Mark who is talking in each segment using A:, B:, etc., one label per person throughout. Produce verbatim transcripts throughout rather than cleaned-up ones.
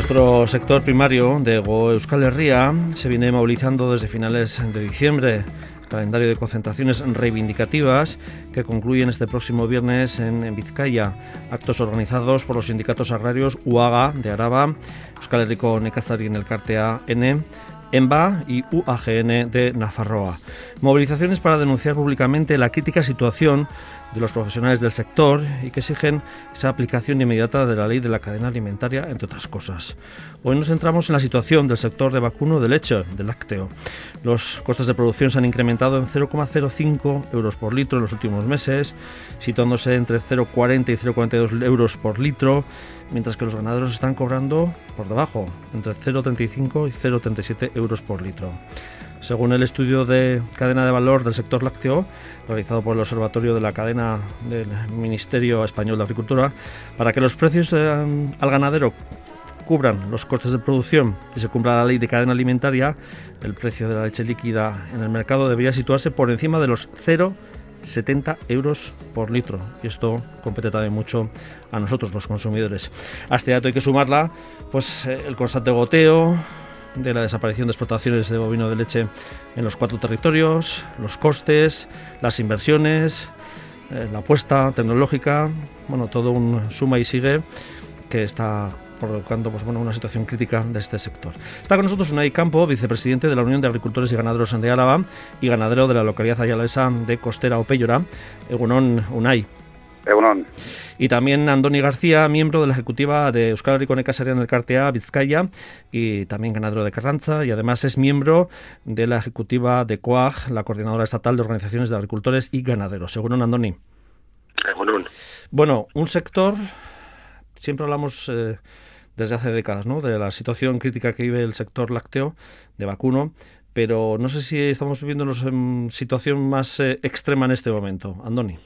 A: Nuestro sector primario de Hego Euskal Herria se viene movilizando desde finales de diciembre. Calendario de concentraciones reivindicativas que concluyen este próximo viernes en, en Vizcaya. Actos organizados por los sindicatos agrarios U A G de Araba, Euskal Herriko Nekazarien Elkartea N, ENBA y U A G N de Nafarroa. Movilizaciones para denunciar públicamente la crítica situación de los profesionales del sector y que exigen esa aplicación inmediata de la ley de la cadena alimentaria, entre otras cosas. Hoy nos centramos en la situación del sector de vacuno de leche, de lácteo. Los costes de producción se han incrementado en cero coma cero cinco euros por litro en los últimos meses, situándose entre cero coma cuarenta y cero coma cuarenta y dos euros por litro, mientras que los ganaderos están cobrando por debajo, entre cero coma treinta y cinco y cero coma treinta y siete euros por litro. Según el estudio de cadena de valor del sector lácteo, realizado por el Observatorio de la Cadena del Ministerio Español de Agricultura, para que los precios eh, al ganadero cubran los costes de producción y se cumpla la ley de cadena alimentaria, el precio de la leche líquida en el mercado debería situarse por encima de los cero coma setenta euros por litro. Y esto compete también mucho a nosotros, los consumidores. A este dato hay que sumarla pues el constante goteo de la desaparición de explotaciones de bovino de leche en los cuatro territorios, los costes, las inversiones, eh, la apuesta tecnológica, bueno, todo un suma y sigue que está provocando pues, bueno, una situación crítica de este sector. Está con nosotros Unai Campo, vicepresidente de la Unión de Agricultores y Ganaderos de Álava y ganadero de la localidad ayalavesa de Costera Opellora. Egunon, Unai.
B: Egunon.
A: Y también Andoni García, miembro de la ejecutiva de Euskal Herriko Nekazarien Elkartea Vizcaya y también ganadero de Carranza, y además es miembro de la ejecutiva de C O A G, la Coordinadora Estatal de Organizaciones de Agricultores y Ganaderos. Egunon, Andoni.
B: Egunon.
A: Bueno, un sector, siempre hablamos eh, desde hace décadas, ¿no?, de la situación crítica que vive el sector lácteo de vacuno, pero no sé si estamos viviendo una situación más eh, extrema en este momento. Andoni.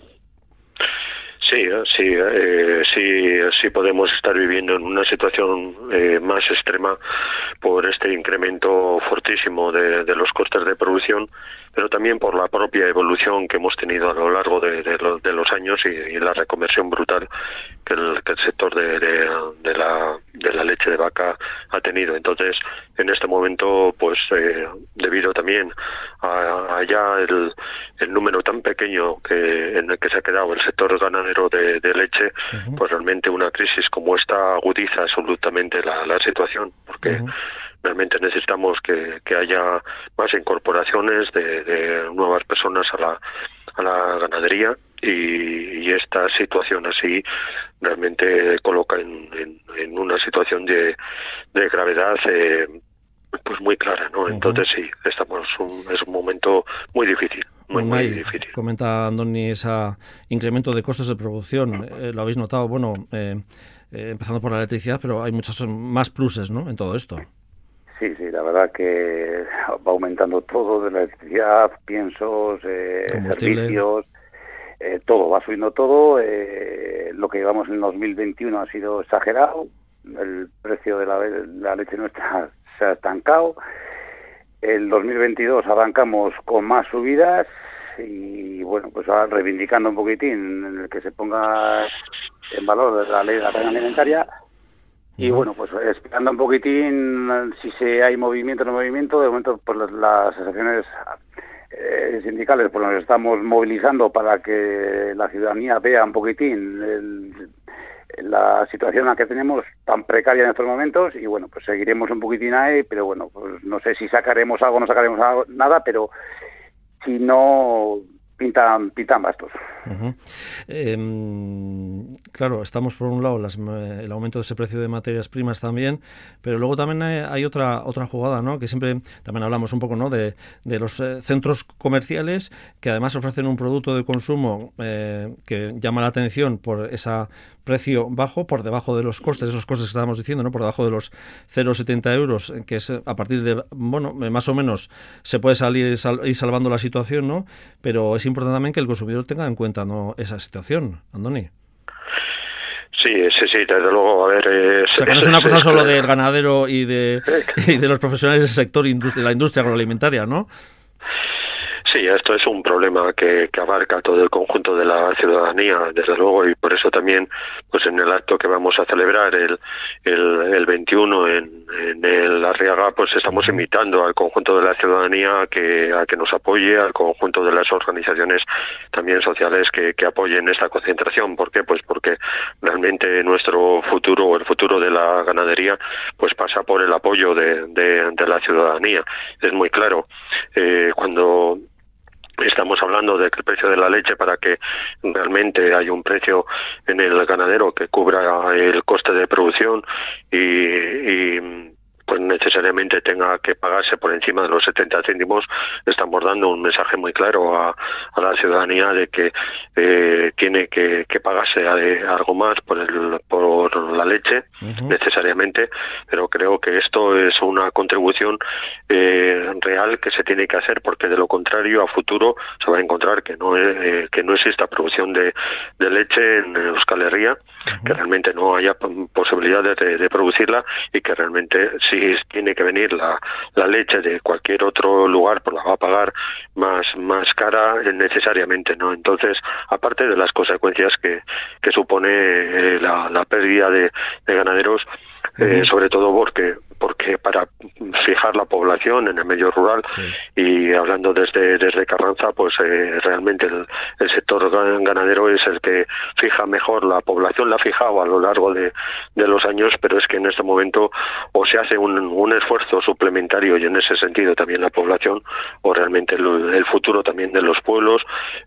B: Sí, sí, eh, sí, sí podemos estar viviendo en una situación eh, más extrema por este incremento fortísimo de, de los costes de producción, pero también por la propia evolución que hemos tenido a lo largo de, de, lo, de los años y, y la reconversión brutal que el, que el sector de, de, de, la, de la leche de vaca ha tenido. Entonces, en este momento, pues eh, debido también a, a ya el, el número tan pequeño que en el que se ha quedado el sector ganadero de, de leche, uh-huh. pues realmente una crisis como esta agudiza absolutamente la, la situación, porque uh-huh. realmente necesitamos que, que haya más incorporaciones de, de nuevas personas a la, a la ganadería y, y esta situación así realmente coloca en, en, en una situación de, de gravedad eh, pues muy clara, ¿no? Uh-huh. Entonces sí, estamos un, es un momento muy difícil. Muy, muy difícil.
A: Comenta Andoni ese incremento de costes de producción. Eh, lo habéis notado, bueno, eh, eh, empezando por la electricidad, pero hay muchos más pluses, ¿no?, en todo esto.
C: Sí, sí, la verdad que va aumentando todo, de la electricidad, piensos, eh, servicios, eh, todo, va subiendo todo. Eh, lo que llevamos en dos mil veintiuno ha sido exagerado, el precio de la, la leche nuestra se ha estancado. El dos mil veintidós arrancamos con más subidas y, bueno, pues ahora reivindicando un poquitín en el que se ponga en valor la ley de la cadena alimentaria. Y bueno, pues esperando un poquitín si se hay movimiento o no movimiento. De momento, pues las, las asociaciones eh, sindicales pues nos estamos movilizando para que la ciudadanía vea un poquitín el, la situación en la que tenemos tan precaria en estos momentos. Y bueno, pues seguiremos un poquitín ahí, pero bueno, pues no sé si sacaremos algo o no sacaremos algo, nada, pero si no, pintan, pintan bastos.
A: Uh-huh. Eh, claro, estamos por un lado las, el aumento de ese precio de materias primas también, pero luego también hay, hay otra otra jugada, ¿no?, que siempre también hablamos un poco, ¿no?, de, de los eh, centros comerciales que además ofrecen un producto de consumo eh, que llama la atención por ese precio bajo, por debajo de los costes, esos costes que estábamos diciendo, ¿no?, por debajo de los cero coma setenta euros, que es a partir de, bueno, más o menos se puede salir sal, ir salvando la situación, ¿no?, pero es importante también que el consumidor tenga en cuenta, ¿no?, esa situación, Andoni.
B: Sí, sí, sí, desde luego, a ver... Eh,
A: o sea, que no es una cosa solo del ganadero y de, y de los profesionales del sector industri- de la industria agroalimentaria, ¿no?
B: Sí, esto es un problema que, que abarca todo el conjunto de la ciudadanía, desde luego, y por eso también, pues en el acto que vamos a celebrar el, el, el veintiuno en, en el Arriaga, pues estamos invitando al conjunto de la ciudadanía a que, a que nos apoye, al conjunto de las organizaciones también sociales que, que apoyen esta concentración. ¿Por qué? Pues porque realmente nuestro futuro, o el futuro de la ganadería, pues pasa por el apoyo de, de, de la ciudadanía. Es muy claro, eh, cuando estamos hablando de que el precio de la leche, para que realmente haya un precio en el ganadero que cubra el coste de producción y, y pues necesariamente tenga que pagarse por encima de los setenta céntimos, estamos dando un mensaje muy claro a, a la ciudadanía de que eh, tiene que, que pagarse algo más por, el, por la leche, uh-huh. necesariamente, pero creo que esto es una contribución eh, real que se tiene que hacer, porque de lo contrario a futuro se va a encontrar que no, eh, que no exista producción de, de leche en Euskal Herria, uh-huh. que realmente no haya posibilidades de, de producirla, y que realmente si tiene que venir la, la leche de cualquier otro lugar, pues la va a pagar más más cara necesariamente, ¿no? Entonces, aparte de las consecuencias que, que supone eh, la, la pérdida de, de ganaderos, eh, uh-huh. sobre todo porque porque para fijar la población en el medio rural, sí. y hablando desde desde Carranza, pues eh, realmente el, el sector ganadero es el que fija mejor la población, la ha fijado a lo largo de, de los años, pero es que en este momento o se hace un, un esfuerzo suplementario, y en ese sentido también la población, o realmente el, el futuro también de los pueblos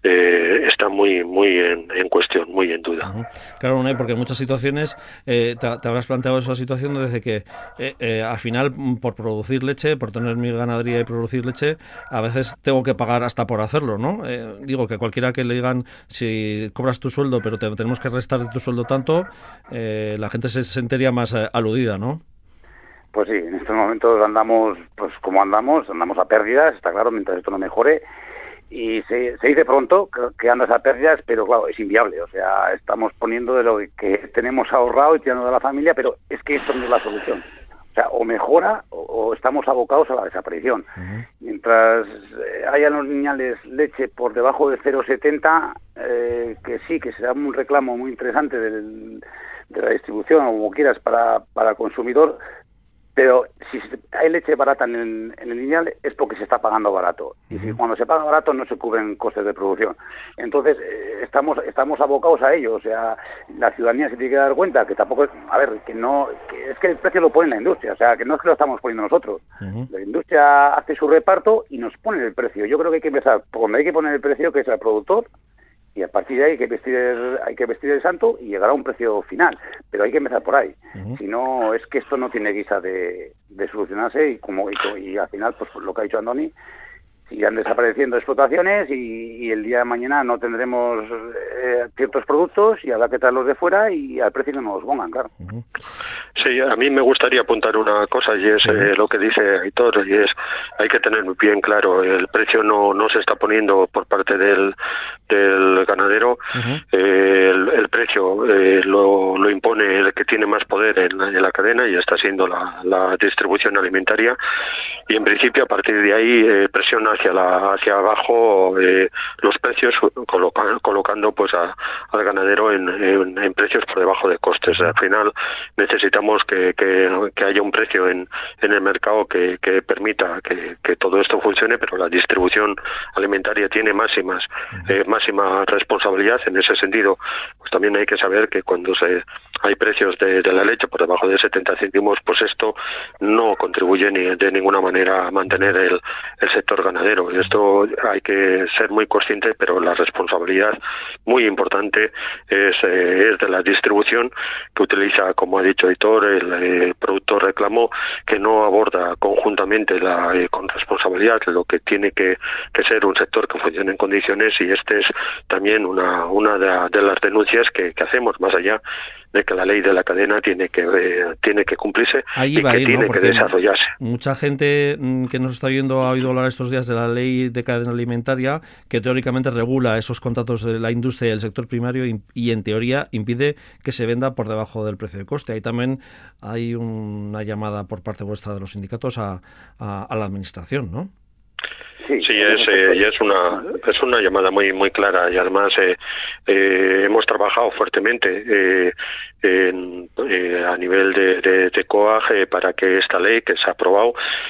B: eh, está muy muy en, en cuestión, muy en duda.
A: Uh-huh. Claro, Unai, porque en muchas situaciones eh, te, te habrás planteado esa situación desde que eh, eh, al final, por producir leche, por tener mi ganadería y producir leche, a veces tengo que pagar hasta por hacerlo, ¿no? Eh, digo que cualquiera que le digan, si cobras tu sueldo, pero te tenemos que restar de tu sueldo tanto, eh, la gente se sentiría más eh, aludida, ¿no?
C: Pues sí, en estos momentos andamos, pues como andamos, andamos a pérdidas, está claro, mientras esto no mejore. Y se, se dice pronto que, que andas a pérdidas, pero claro, es inviable. O sea, estamos poniendo de lo que tenemos ahorrado y tirando de la familia, pero es que esto no es la solución. O sea, o mejora o, o estamos abocados a la desaparición. Uh-huh. Mientras eh, haya los lineales leche por debajo de cero coma setenta, eh, que sí, que será un reclamo muy interesante del, de la distribución, o como quieras, para, para el consumidor, pero si hay leche barata en el, en el lineal es porque se está pagando barato. Y si cuando se paga barato no se cubren costes de producción. Entonces eh, estamos estamos abocados a ello. O sea, la ciudadanía se tiene que dar cuenta que tampoco, a ver, que no, que es que el precio lo pone la industria. O sea, que no es que lo estamos poniendo nosotros. Uh-huh. La industria hace su reparto y nos pone el precio. Yo creo que hay que empezar por donde hay que poner el precio, que es el productor. Y a partir de ahí hay que vestir el, hay que vestir el santo y llegar a un precio final. Pero hay que empezar por ahí. Uh-huh. Si no, es que esto no tiene guisa de, de solucionarse, y como y, y al final, pues lo que ha dicho Andoni, sigan desapareciendo explotaciones y, y el día de mañana no tendremos eh, ciertos productos y habrá que traerlos de fuera y al precio que nos pongan, claro. Uh-huh.
B: Sí, a mí me gustaría apuntar una cosa, y es sí. eh, lo que dice Aitor, y es, hay que tener bien claro, el precio no no se está poniendo por parte del del ganadero, uh-huh. eh, el, el precio eh, lo, lo impone el que tiene más poder en la, en la cadena, y está siendo la, la distribución alimentaria, y en principio a partir de ahí eh, presiona hacia la hacia abajo eh, los precios, coloca, colocando pues a, al ganadero en, en, en precios por debajo de costes. Al final necesitamos que, que, que haya un precio en, en el mercado que, que permita que, que todo esto funcione, pero la distribución alimentaria tiene máximas eh, máxima responsabilidad en ese sentido. Pues también hay que saber que cuando se hay precios de, de la leche por debajo de setenta céntimos, pues esto no contribuye ni de ninguna manera a mantener el, el sector ganadero. Y esto hay que ser muy consciente, pero la responsabilidad muy importante es, eh, es de la distribución, que utiliza, como ha dicho Aitor, el, el productor reclamo, que no aborda conjuntamente la, eh, con responsabilidad lo que tiene que, que ser un sector que funcione en condiciones, y este es también una, una de, de las denuncias que, que hacemos, más allá de que la ley de la cadena tiene que eh, tiene que cumplirse y que
A: ir,
B: tiene
A: ¿no?
B: que desarrollarse.
A: Mucha gente que nos está viendo ha oído hablar estos días de la ley de cadena alimentaria, que teóricamente regula esos contratos de la industria y el sector primario, y, y en teoría impide que se venda por debajo del precio de coste. Ahí también hay una llamada por parte vuestra de los sindicatos a, a, a la administración, ¿no?
B: Sí, sí es, eh, y es una es una llamada muy muy clara y además eh, eh, hemos trabajado fuertemente eh, en, eh, a nivel de, de, de COAG eh, para que esta ley que se ha aprobado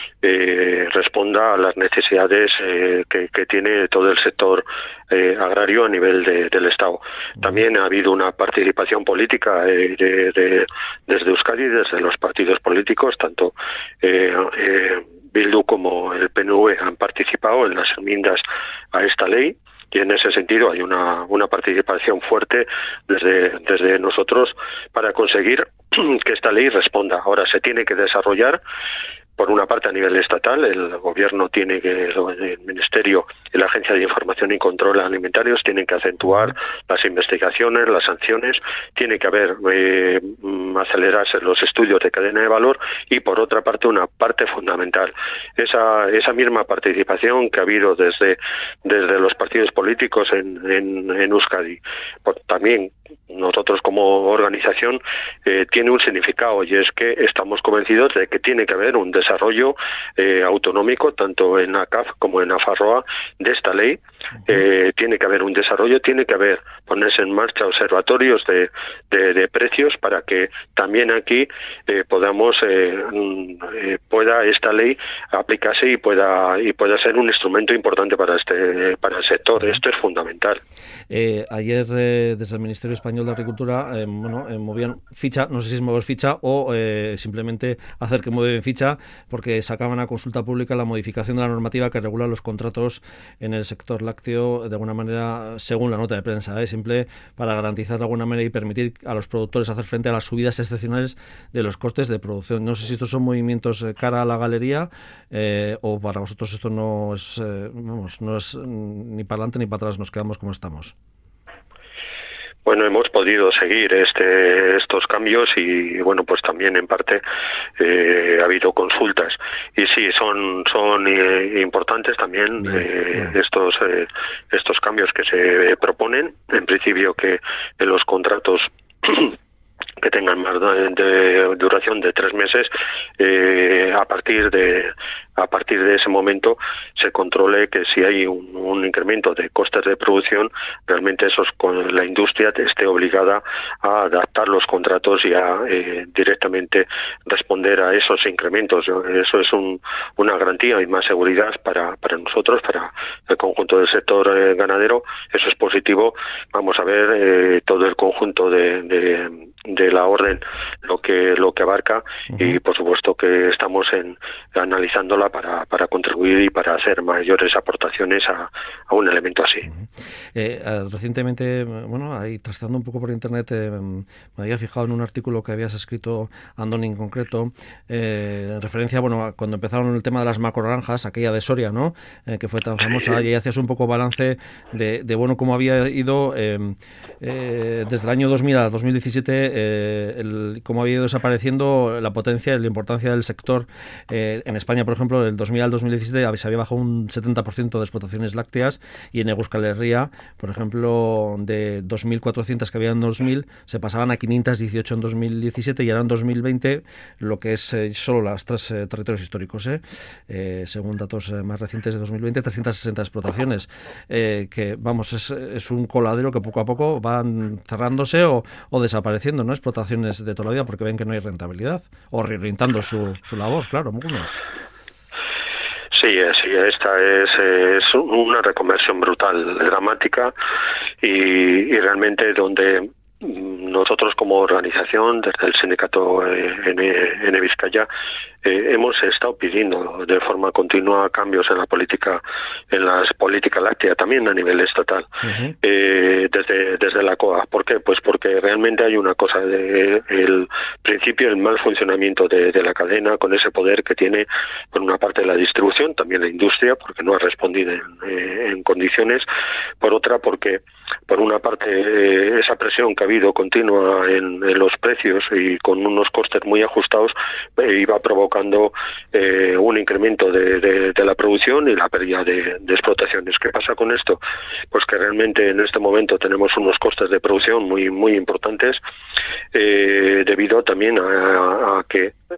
B: eh, responda a las necesidades eh, que, que tiene todo el sector eh, agrario a nivel de, del Estado. También ha habido una participación política eh, de, de, desde Euskadi, desde los partidos políticos, tanto eh, eh, Bildu como el P N V han participado en las enmiendas a esta ley y en ese sentido hay una, una participación fuerte desde, desde nosotros para conseguir que esta ley responda. Ahora se tiene que desarrollar. Por una parte, a nivel estatal, el gobierno tiene que, el Ministerio y la Agencia de Información y Control Alimentarios tienen que acentuar las investigaciones, las sanciones, tiene que haber, eh, acelerarse los estudios de cadena de valor y, por otra parte, una parte fundamental, esa esa misma participación que ha habido desde desde los partidos políticos en, en, en Euskadi. Por, también nosotros como organización eh, tiene un significado y es que estamos convencidos de que tiene que haber un desarrollo eh, autonómico tanto en A C A F como en Nafarroa de esta ley. Eh, tiene que haber un desarrollo, tiene que haber ponerse en marcha observatorios de, de, de precios para que también aquí eh, podamos eh, eh, pueda esta ley aplicarse y pueda y pueda ser un instrumento importante para este para el sector. Esto es fundamental.
A: Eh, ayer eh, desde el Ministerio Español de Agricultura eh, bueno, eh, movían ficha, no sé si es mover ficha o eh, simplemente hacer que mueven ficha, porque sacaban a consulta pública la modificación de la normativa que regula los contratos en el sector lácteo de alguna manera, según la nota de prensa, ¿eh? Simple para garantizar de alguna manera y permitir a los productores hacer frente a las subidas excepcionales de los costes de producción. No sé si estos son movimientos eh, cara a la galería eh, o para vosotros esto no es, eh, vamos, no es ni para adelante ni para atrás, nos quedamos como estamos.
B: Bueno, hemos podido seguir este, estos cambios y, bueno, pues también en parte eh, ha habido consultas. Y sí, son son eh, importantes también bien, eh, bien. estos eh, estos cambios que se proponen. En principio que en los contratos que tengan más de duración de tres meses, eh, a partir de a partir de ese momento se controle que si hay un, un incremento de costes de producción, realmente esos con la industria esté obligada a adaptar los contratos y a eh, directamente responder a esos incrementos. Eso es un, una garantía y más seguridad para para nosotros, para el conjunto del sector eh, ganadero. Eso es positivo. Vamos a ver eh, todo el conjunto de, de de la orden lo que lo que abarca uh-huh. y por supuesto que estamos en analizándola para para contribuir y para hacer mayores aportaciones a, a un elemento así.
A: Uh-huh. Eh, recientemente, bueno, ahí trasteando un poco por internet, eh, me había fijado en un artículo que habías escrito, Andoni, en concreto, eh, en referencia, bueno, cuando empezaron el tema de las macronaranjas, aquella de Soria, ¿no? Eh, que fue tan famosa, sí. Y hacías un poco balance de, de bueno, cómo había ido eh, eh, desde el año dos mil a dos mil diecisiete Eh, el, cómo ha ido desapareciendo la potencia y la importancia del sector. Eh, en España, por ejemplo, del dos mil al dos mil diecisiete se había bajado un setenta por ciento de explotaciones lácteas y en Euskal Herria, por ejemplo, de dos mil cuatrocientas que había en dos mil, se pasaban a quinientos dieciocho en dos mil diecisiete y ahora en dos mil veinte, lo que es eh, solo los tres eh, territorios históricos, eh, eh, según datos eh, más recientes de dos mil veinte, trescientas sesenta explotaciones, eh, que vamos, es, es un coladero que poco a poco van cerrándose o, o desapareciendo, ¿no? Explotaciones de toda la vida porque ven que no hay rentabilidad o reorientando su, su labor, claro, algunos.
B: Sí, sí, esta es, es una reconversión brutal, dramática y, y realmente donde nosotros como organización desde el sindicato en Vizcaya eh, hemos estado pidiendo de forma continua cambios en la política en las políticas lácteas también a nivel estatal uh-huh. eh, desde desde la C O A. ¿Por qué? Pues porque realmente hay una cosa de el principio el mal funcionamiento de, de la cadena con ese poder que tiene por una parte la distribución, también la industria porque no ha respondido en, eh, en condiciones, por otra porque por una parte eh, esa presión que ha habido continua en, en los precios y con unos costes muy ajustados eh, iba provocando eh, un incremento de, de, de la producción y la pérdida de, de explotaciones. ¿Qué pasa con esto? Pues que realmente en este momento tenemos unos costes de producción muy muy importantes eh, debido también a, a que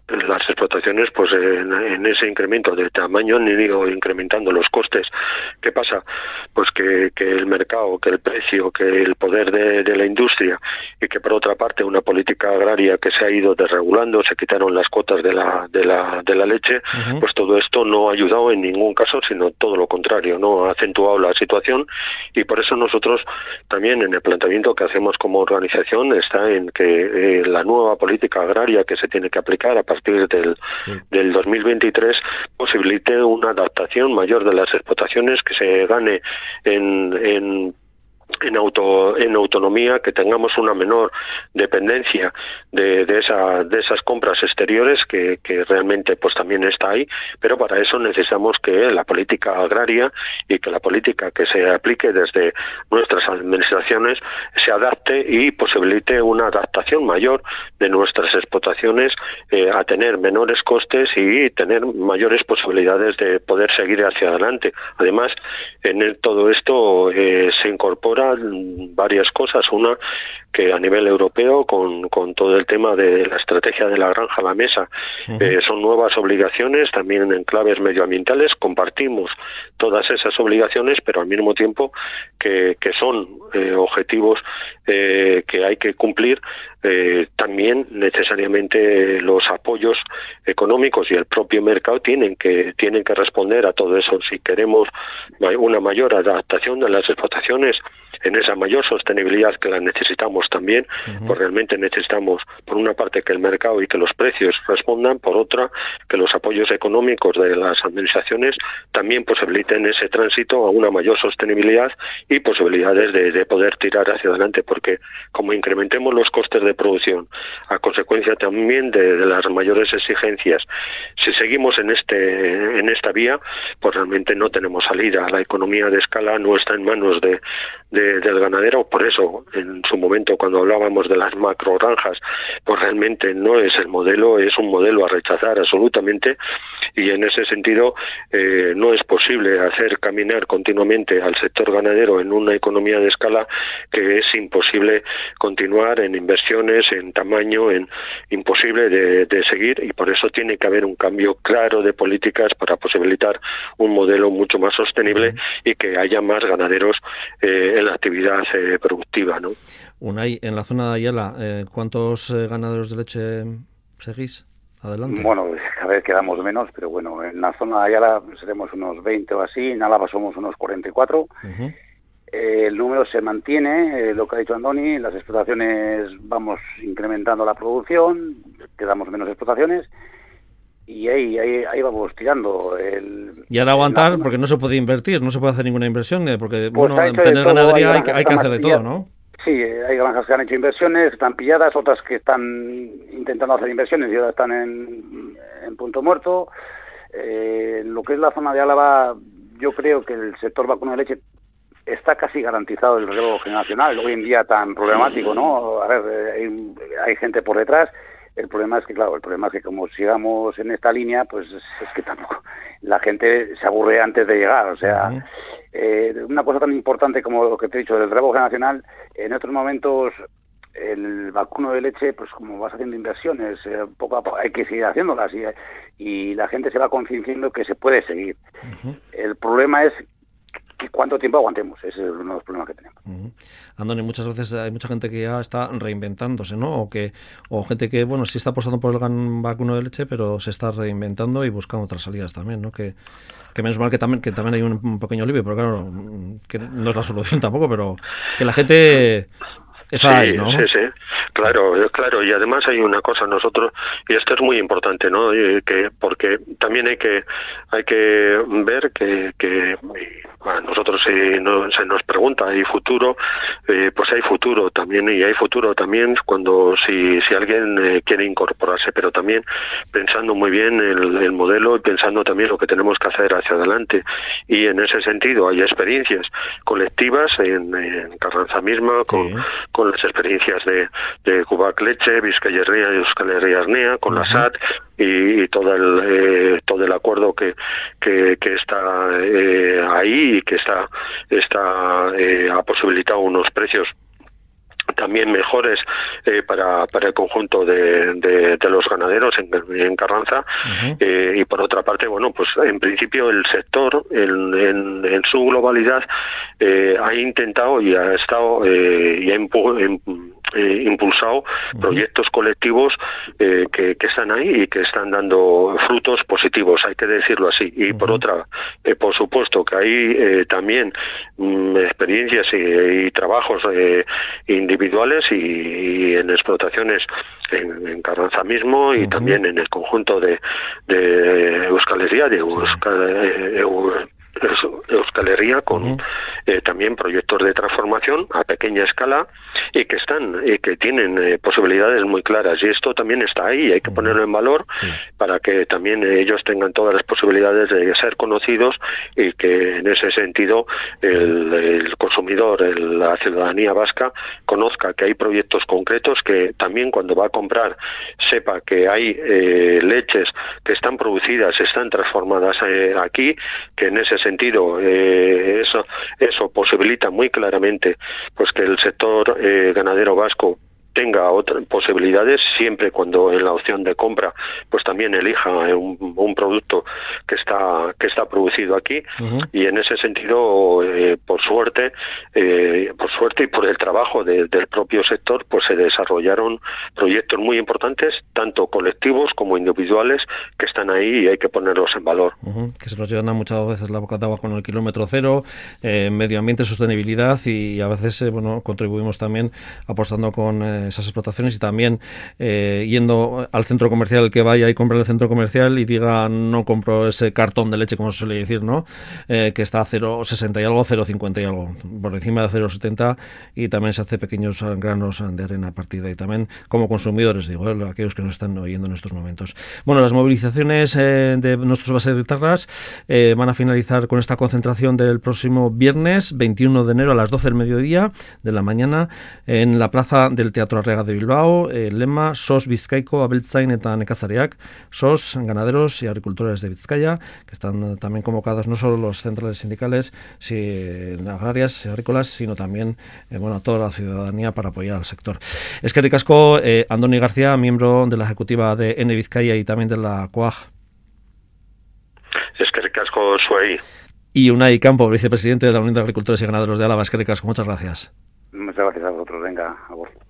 B: las explotaciones, pues en, en ese incremento de tamaño han ido incrementando los costes. ¿Qué pasa? Pues que, que el mercado, que el precio, que el poder de, de la industria y que por otra parte una política agraria que se ha ido desregulando, se quitaron las cuotas de la de la de la leche, uh-huh. pues todo esto no ha ayudado en ningún caso, sino todo lo contrario, no ha acentuado la situación, y por eso nosotros también en el planteamiento que hacemos como organización está en que eh, la nueva política agraria que se tiene que aplicar a partir del, sí. del dos mil veintitrés posibilite una adaptación mayor de las explotaciones, que se gane en, en en auto en autonomía, que tengamos una menor dependencia de, de esa de esas compras exteriores que, que realmente pues también está ahí, pero para eso necesitamos que la política agraria y que la política que se aplique desde nuestras administraciones se adapte y posibilite una adaptación mayor de nuestras explotaciones eh, a tener menores costes y tener mayores posibilidades de poder seguir hacia adelante. Además, en el, todo esto eh, se incorpora varias cosas. Una, que a nivel europeo, con, con todo el tema de la estrategia de la granja a la mesa, uh-huh. eh, son nuevas obligaciones, también en claves medioambientales, compartimos todas esas obligaciones, pero al mismo tiempo que, que son eh, objetivos eh, que hay que cumplir, eh, también necesariamente los apoyos económicos y el propio mercado tienen que, tienen que responder a todo eso. Si queremos una mayor adaptación de las explotaciones, en esa mayor sostenibilidad que la necesitamos también, uh-huh. pues realmente necesitamos, por una parte, que el mercado y que los precios respondan, por otra, que los apoyos económicos de las administraciones también posibiliten ese tránsito a una mayor sostenibilidad y posibilidades de, de poder tirar hacia adelante, porque como incrementemos los costes de producción, a consecuencia también de, de las mayores exigencias, si seguimos en este en esta vía, pues realmente no tenemos salida. La economía de escala no está en manos de, de del ganadero. Por eso, en su momento, cuando hablábamos de las macrogranjas, pues realmente no es el modelo, es un modelo a rechazar absolutamente, y en ese sentido eh, no es posible hacer caminar continuamente al sector ganadero en una economía de escala, que es imposible continuar en inversiones, en tamaño, en imposible de, de seguir, y por eso tiene que haber un cambio claro de políticas para posibilitar un modelo mucho más sostenible y que haya más ganaderos eh, en la actividad eh, productiva, ¿no?
A: Unai, en la zona de Ayala, eh, ¿cuántos eh, ganaderos de leche seguís? Adelante.
C: Bueno, cada vez quedamos menos, pero bueno, en la zona de Ayala seremos unos veinte o así, en Álava somos unos cuarenta y cuatro. Uh-huh. Eh, el número se mantiene, eh, lo que ha dicho Andoni, las explotaciones vamos incrementando la producción, quedamos menos explotaciones, y ahí, ahí, ahí vamos tirando. El,
A: y ahora aguantar, la, porque no se puede invertir, no se puede hacer ninguna inversión, eh, porque pues bueno, en tener ganadería hay, hay, hay que hacer de todo, ¿no?
C: Sí, hay granjas que han hecho inversiones, están pilladas, otras que están intentando hacer inversiones y ahora están en, en punto muerto. Eh, en lo que es la zona de Álava, yo creo que el sector vacuno de leche está casi garantizado el relevo generacional, hoy en día tan problemático, ¿no? A ver, hay, hay gente por detrás. El problema es que, claro, el problema es que como sigamos en esta línea, pues es, es que tampoco la gente se aburre antes de llegar. O sea, uh-huh. eh, una cosa tan importante como lo que te he dicho del relevo generacional, en otros momentos el vacuno de leche, pues como vas haciendo inversiones, eh, poco a poco hay que seguir haciéndolas y, y la gente se va concienciando que se puede seguir. Uh-huh. El problema es ¿cuánto tiempo aguantemos? Ese es uno de los problemas que tenemos.
A: Uh-huh. Andoni, muchas veces hay mucha gente que ya está reinventándose, ¿no? O que o gente que, bueno, sí está apostando por el gran vacuno de leche, pero se está reinventando y buscando otras salidas también, ¿no? Que, que menos mal que también que también hay un, un pequeño alivio, pero claro, que no es la solución tampoco, pero que la gente está
B: sí,
A: ahí, ¿no?
B: Sí, sí, claro, claro, y además hay una cosa, nosotros, y esto es muy importante, ¿no? Que porque también hay que hay que ver que, que a nosotros si no, se nos pregunta, ¿hay futuro? Eh, pues hay futuro también, y hay futuro también cuando si si alguien eh, quiere incorporarse, pero también pensando muy bien el, el modelo y pensando también lo que tenemos que hacer hacia adelante, y en ese sentido hay experiencias colectivas en, en Carranza misma, con, sí. con las experiencias de, de Cubac Leche, Vizcaya Herria y Euskal Herria Arnea, con uh-huh. la S A T y, y todo el eh, todo el acuerdo que que, que está eh, ahí y que está está eh, ha posibilitado unos precios también mejores eh, para, para el conjunto de, de, de los ganaderos en, en Carranza. Uh-huh. eh, y por otra parte, bueno, pues en principio el sector en, en, en su globalidad eh, ha intentado y ha estado eh, y ha impu- en, eh, impulsado uh-huh. proyectos colectivos eh, que, que están ahí y que están dando frutos positivos, hay que decirlo así. Y uh-huh. por otra, eh, por supuesto que hay eh, también mm, experiencias y, y trabajos eh, individuales y, y en explotaciones en, en Carranza mismo y uh-huh. también en el conjunto de, de Euskal Herria, de Euskal, eh, Euskal Herria, con uh-huh. eh, también proyectos de transformación a pequeña escala y que están y que tienen eh, posibilidades muy claras, y esto también está ahí, hay que ponerlo en valor sí. para que también ellos tengan todas las posibilidades de ser conocidos y que en ese sentido el, el consumidor, el, la ciudadanía vasca conozca que hay proyectos concretos, que también cuando va a comprar sepa que hay eh, leches que están producidas, están transformadas eh, aquí, que en ese sentido eh, eso eso posibilita muy claramente pues que el sector eh, ganadero vasco tenga otras posibilidades, siempre cuando en la opción de compra pues también elija un, un producto que está que está producido aquí. Uh-huh. Y en ese sentido eh, por suerte eh, por suerte y por el trabajo de, del propio sector pues se desarrollaron proyectos muy importantes, tanto colectivos como individuales, que están ahí y hay que ponerlos en valor.
A: Uh-huh. Que se nos llenan muchas veces la boca de agua con el kilómetro cero, eh, medio ambiente, sostenibilidad, y a veces eh, bueno contribuimos también apostando con eh, esas explotaciones y también eh, yendo al centro comercial, el que vaya y compre en el centro comercial y diga no compro ese cartón de leche, como se suele decir, ¿no? Eh, que está a cero coma sesenta y algo, cero coma cincuenta y algo, por encima de cero coma setenta, y también se hace pequeños granos de arena a partir de ahí también, como consumidores, digo, eh, aquellos que nos están oyendo en estos momentos. Bueno, las movilizaciones eh, de nuestros baserritarras eh, van a finalizar con esta concentración del próximo viernes veintiuno de enero a las doce del mediodía de la mañana en la plaza del Teatro Arrega de Bilbao. El lema: Sos Bizkaiko Abeltzain eta Nekazariak, sos ganaderos y agricultores de Vizcaya, que están también convocados no solo los centrales sindicales si, agrarias y agrícolas, sino también eh, bueno, toda la ciudadanía para apoyar al sector. Eskerrik asko, eh, Andoni García, miembro de la ejecutiva de Ene Vizcaya y también de la C O A G.
B: Eskerrik asko zuei.
A: Y Unai Campo, vicepresidente de la Unión de Agricultores y Ganaderos de Álava. Eskerrik asko, muchas gracias.
C: Muchas gracias a vosotros, venga, a vos.